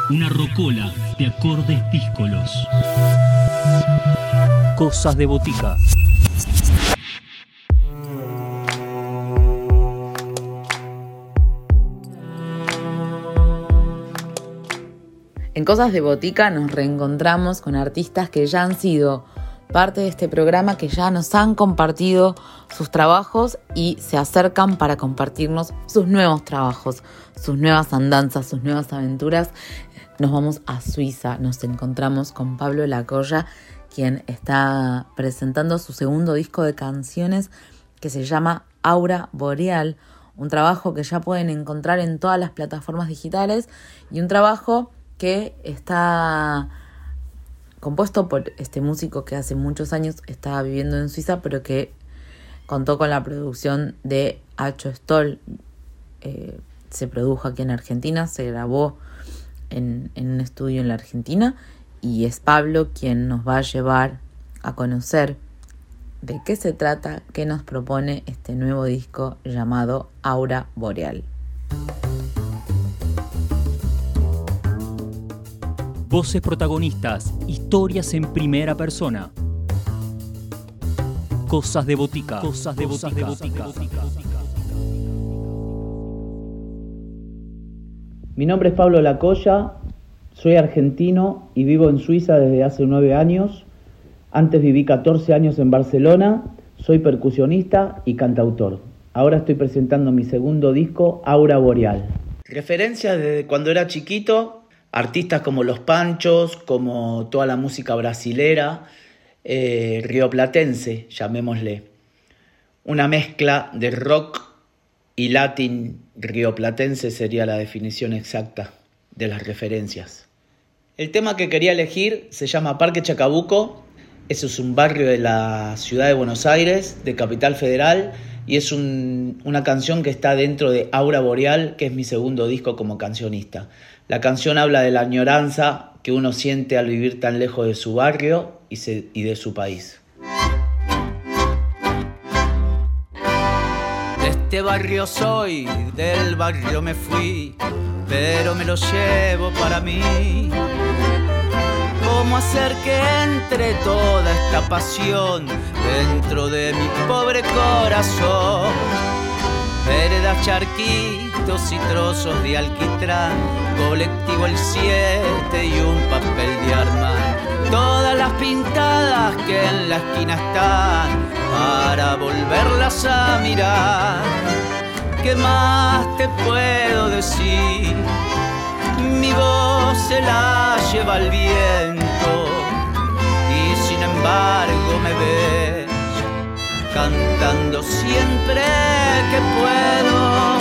Una rocola de acordes díscolos. Cosas de botica. En Cosas de Botica nos reencontramos con artistas que ya han sido parte de este programa, que ya nos han compartido sus trabajos y se acercan para compartirnos sus nuevos trabajos, sus nuevas andanzas, sus nuevas aventuras. Nos vamos a Suiza, nos encontramos con Pablo Lacolla, quien está presentando su segundo disco de canciones que se llama Aura Boreal, un trabajo que ya pueden encontrar en todas las plataformas digitales y un trabajo que está compuesto por este músico que hace muchos años estaba viviendo en Suiza, pero que contó con la producción de Acho Stoll. Se produjo aquí en Argentina, se grabó en un estudio en la Argentina, y es Pablo quien nos va a llevar a conocer de qué se trata, qué nos propone este nuevo disco llamado Aura Boreal. Voces protagonistas, historias en primera persona. Cosas de botica. Cosas de botica. Mi nombre es Pablo Lacolla, soy argentino y vivo en Suiza desde hace 9 años. Antes viví 14 años en Barcelona, soy percusionista y cantautor. Ahora estoy presentando mi segundo disco, Aura Boreal. Referencias desde cuando era chiquito, artistas como Los Panchos, como toda la música brasilera, rioplatense, llamémosle. Una mezcla de rock y latín rioplatense sería la definición exacta de las referencias. El tema que quería elegir se llama Parque Chacabuco. Eso es un barrio de la ciudad de Buenos Aires, de Capital Federal, y es una canción que está dentro de Aura Boreal, que es mi segundo disco como cancionista. La canción habla de la añoranza que uno siente al vivir tan lejos de su barrio y de su país. De este barrio soy, del barrio me fui, pero me lo llevo para mí. ¿Cómo hacer que entre toda esta pasión dentro de mi pobre corazón? Veredas, charquitos y trozos de alquitrán, colectivo el 7 y un papel de armar. Todas las pintadas que en la esquina están para volverlas a mirar. ¿Qué más te puedo decir? Mi voz se la lleva el viento y sin embargo me ves cantando siempre que puedo.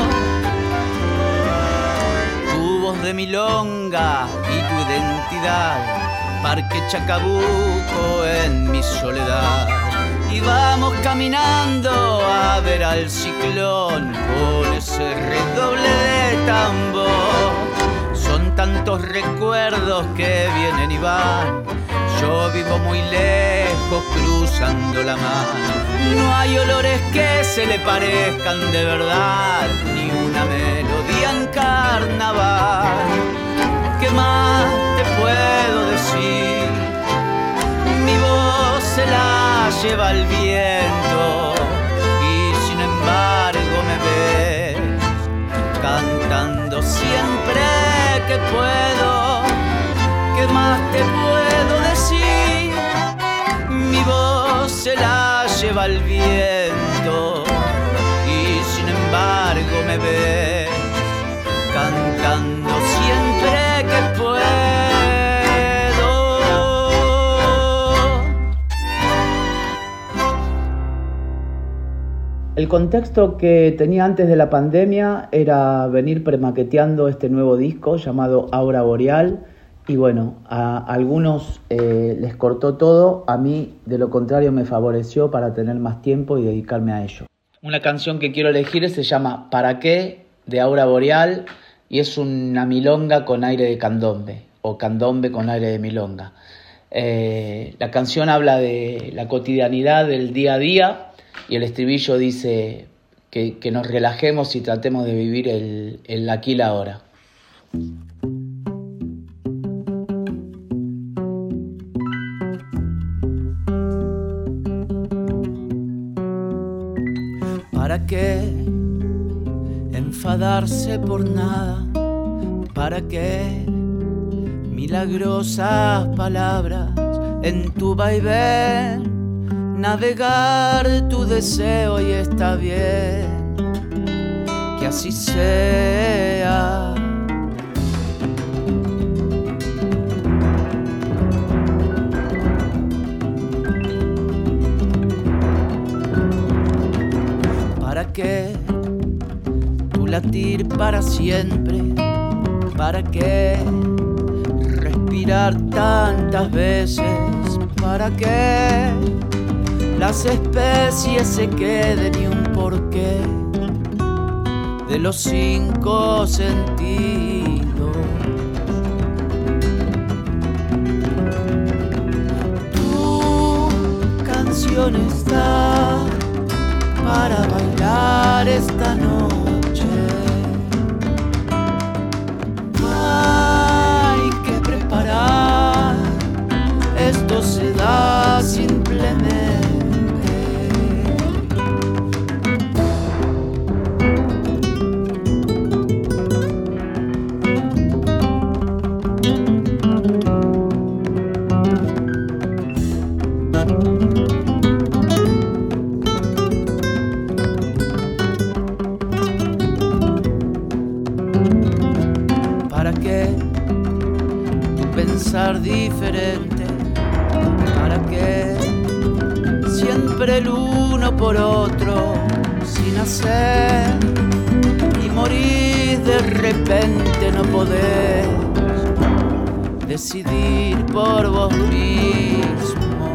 Tu voz de milonga y tu identidad, Parque Chacabuco en mi soledad. Y vamos caminando a ver al ciclón con ese redoble de tambor. Son tantos recuerdos que vienen y van, yo vivo muy lejos cruzando la mano. No hay olores que se le parezcan de verdad, ni una melodía en carnaval. ¿Qué más te puedo decir? Mi voz se la lleva el viento y sin embargo me ves cantando siempre que puedo. ¿Qué más te puedo decir? Mi voz se la lleva el viento y sin embargo me ves cantando siempre que puedo. El contexto que tenía antes de la pandemia era venir premaqueteando este nuevo disco llamado Aura Boreal, y bueno, a algunos les cortó todo, a mí de lo contrario me favoreció para tener más tiempo y dedicarme a ello. Una canción que quiero elegir se llama ¿Para qué?, de Aura Boreal, y es una milonga con aire de candombe, o candombe con aire de milonga. La canción habla de la cotidianidad del día a día, y el estribillo dice que nos relajemos y tratemos de vivir el aquí y la ahora. ¿Para qué enfadarse por nada? ¿Para qué milagrosas palabras en tu vaivén? Navegar tu deseo y está bien que así sea. ¿Para qué tu latir para siempre? ¿Para qué respirar tantas veces? ¿Para qué las especies se queden y un porqué de los 5 sentidos? Tu canción está para bailar esta noche. Hay que preparar, esto se da simplemente. Diferente, ¿para qué siempre el uno por otro sin hacer y morir de repente? No podés decidir por vos mismo.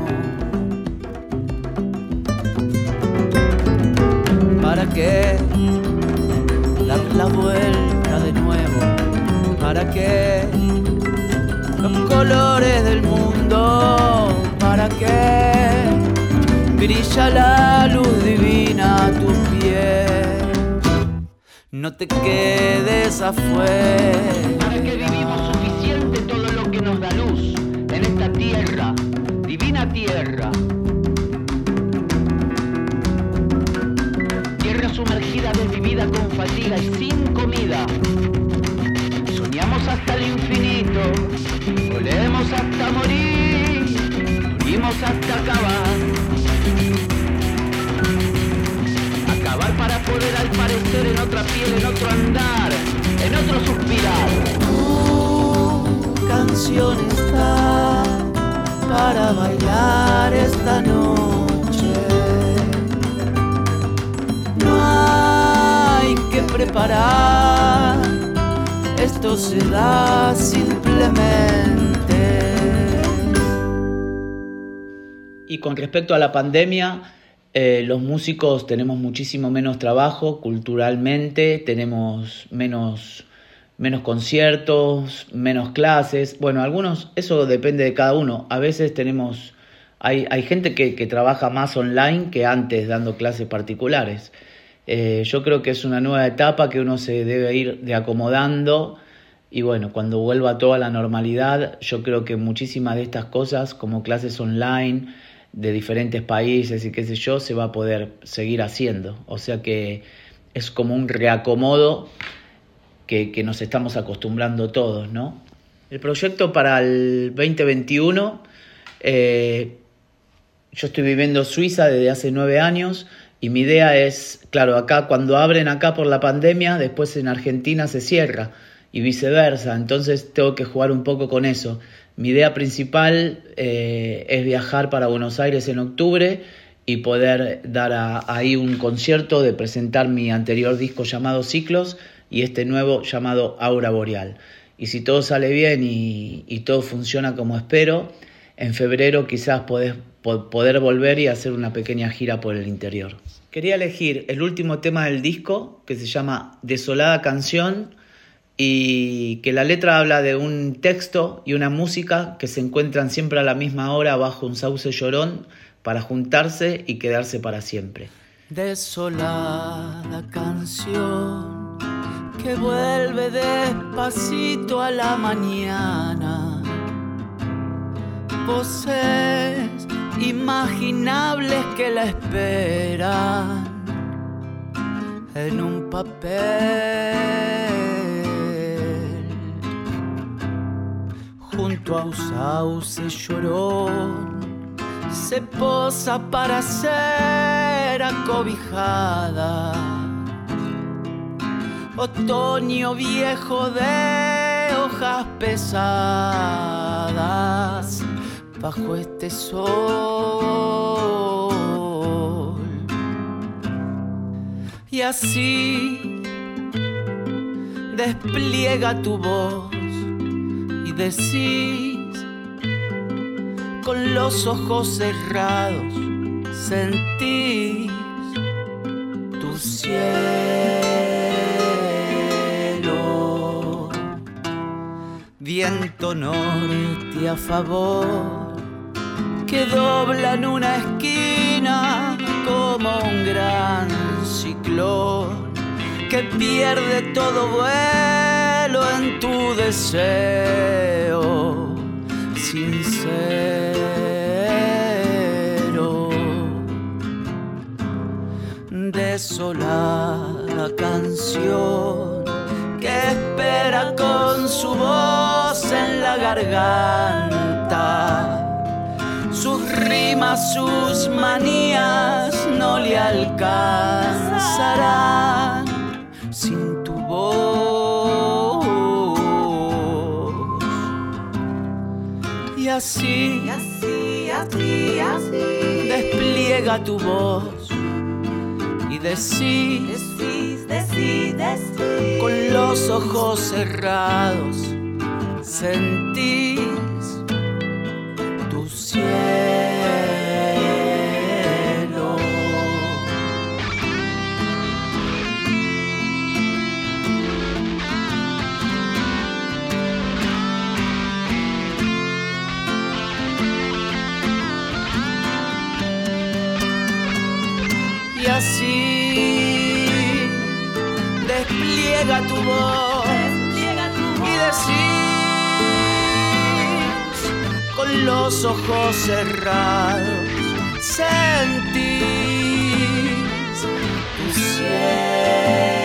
¿Para qué dar la vuelta de nuevo? ¿Para qué los colores del mundo? ¿Para qué brilla la luz divina a tu piel? No te quedes afuera. ¿Para qué vivimos suficiente todo lo que nos da luz en esta tierra, divina tierra? Tierra sumergida, desvivida con fatiga y sin comida. Soñamos hasta el infinito, volemos hasta morir, morimos hasta acabar. Acabar para poder al parecer en otra piel, en otro andar, en otro suspirar. Tu canción está para bailar esta noche. No hay que preparar, esto se da simplemente. Y con respecto a la pandemia, los músicos tenemos muchísimo menos trabajo culturalmente, tenemos menos conciertos, menos clases. Bueno, algunos, eso depende de cada uno. A veces hay gente que trabaja más online que antes dando clases particulares. Yo creo que es una nueva etapa que uno se debe ir de acomodando y bueno, cuando vuelva toda la normalidad, yo creo que muchísimas de estas cosas como clases online de diferentes países y qué sé yo, se va a poder seguir haciendo. O sea que es como un reacomodo que nos estamos acostumbrando todos, ¿no? El proyecto para el 2021, yo estoy viviendo en Suiza desde hace 9 años. Y mi idea es, claro, acá cuando abren acá por la pandemia, después en Argentina se cierra y viceversa. Entonces tengo que jugar un poco con eso. Mi idea principal es viajar para Buenos Aires en octubre y poder dar ahí un concierto de presentar mi anterior disco llamado Ciclos y este nuevo llamado Aura Boreal. Y si todo sale bien y todo funciona como espero, en febrero quizás poder volver y hacer una pequeña gira por el interior. Quería elegir el último tema del disco, que se llama Desolada Canción, y que la letra habla de un texto y una música que se encuentran siempre a la misma hora bajo un sauce llorón para juntarse y quedarse para siempre. Desolada canción que vuelve despacito a la mañana, voces imaginables que la esperan, en un papel. Junto a un sauce llorón se posa para ser acobijada. Otoño viejo de hojas pesadas bajo este sol. Y así despliega tu voz y decís con los ojos cerrados, sentís tu cielo. Viento norte a favor que dobla en una esquina como un gran ciclón que pierde todo vuelo en tu deseo sincero. Desolada canción que espera con su voz en la garganta. Sus rimas, sus manías no le alcanzarán sin tu voz. Y así, despliega tu voz y decís con los ojos cerrados, sentís tu cielo. Y así despliega tu voz y decís con los ojos cerrados, sentís tu cielo.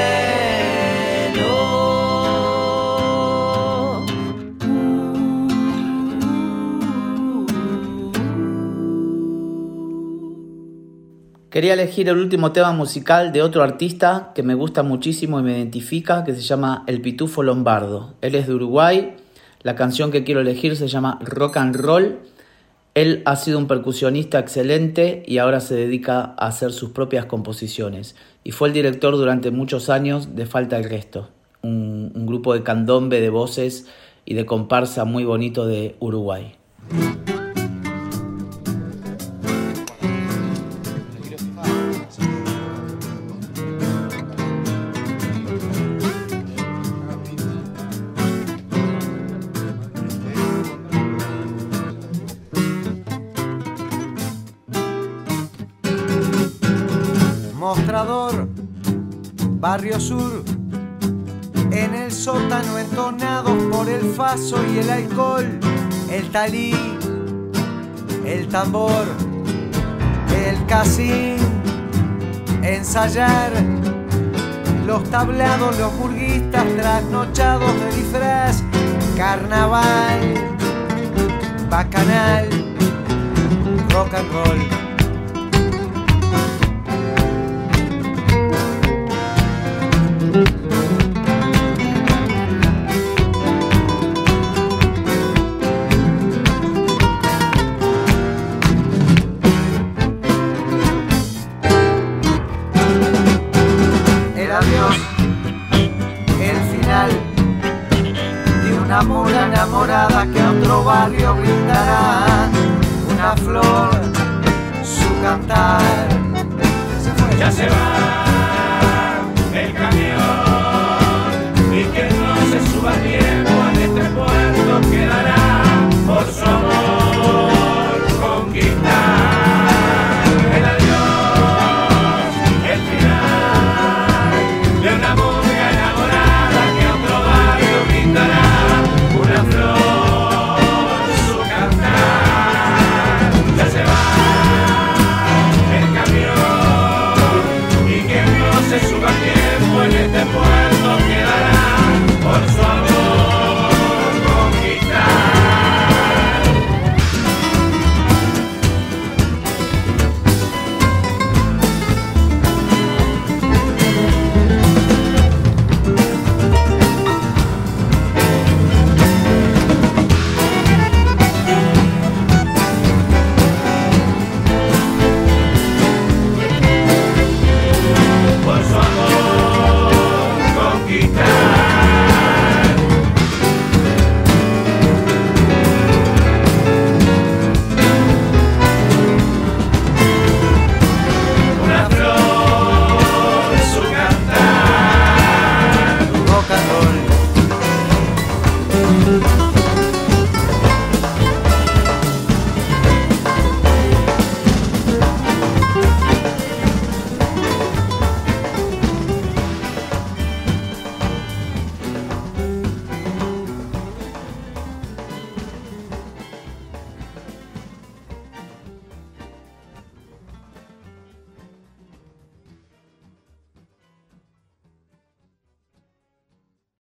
Quería elegir el último tema musical de otro artista que me gusta muchísimo y me identifica, que se llama El Pitufo Lombardo. Él es de Uruguay. La canción que quiero elegir se llama Rock and Roll. Él ha sido un percusionista excelente y ahora se dedica a hacer sus propias composiciones. Y fue el director durante muchos años de Falta el Resto, un grupo de candombe, de voces y de comparsa muy bonito de Uruguay. Mostrador, Barrio Sur, en el sótano entonados por el faso y el alcohol, el talí, el tambor, el casín, ensayar, los tablados, los burguistas trasnochados de disfraz, carnaval, bacanal, rock and roll. Una enamorada que a otro barrio brindará una flor, su cantar. Ya se va.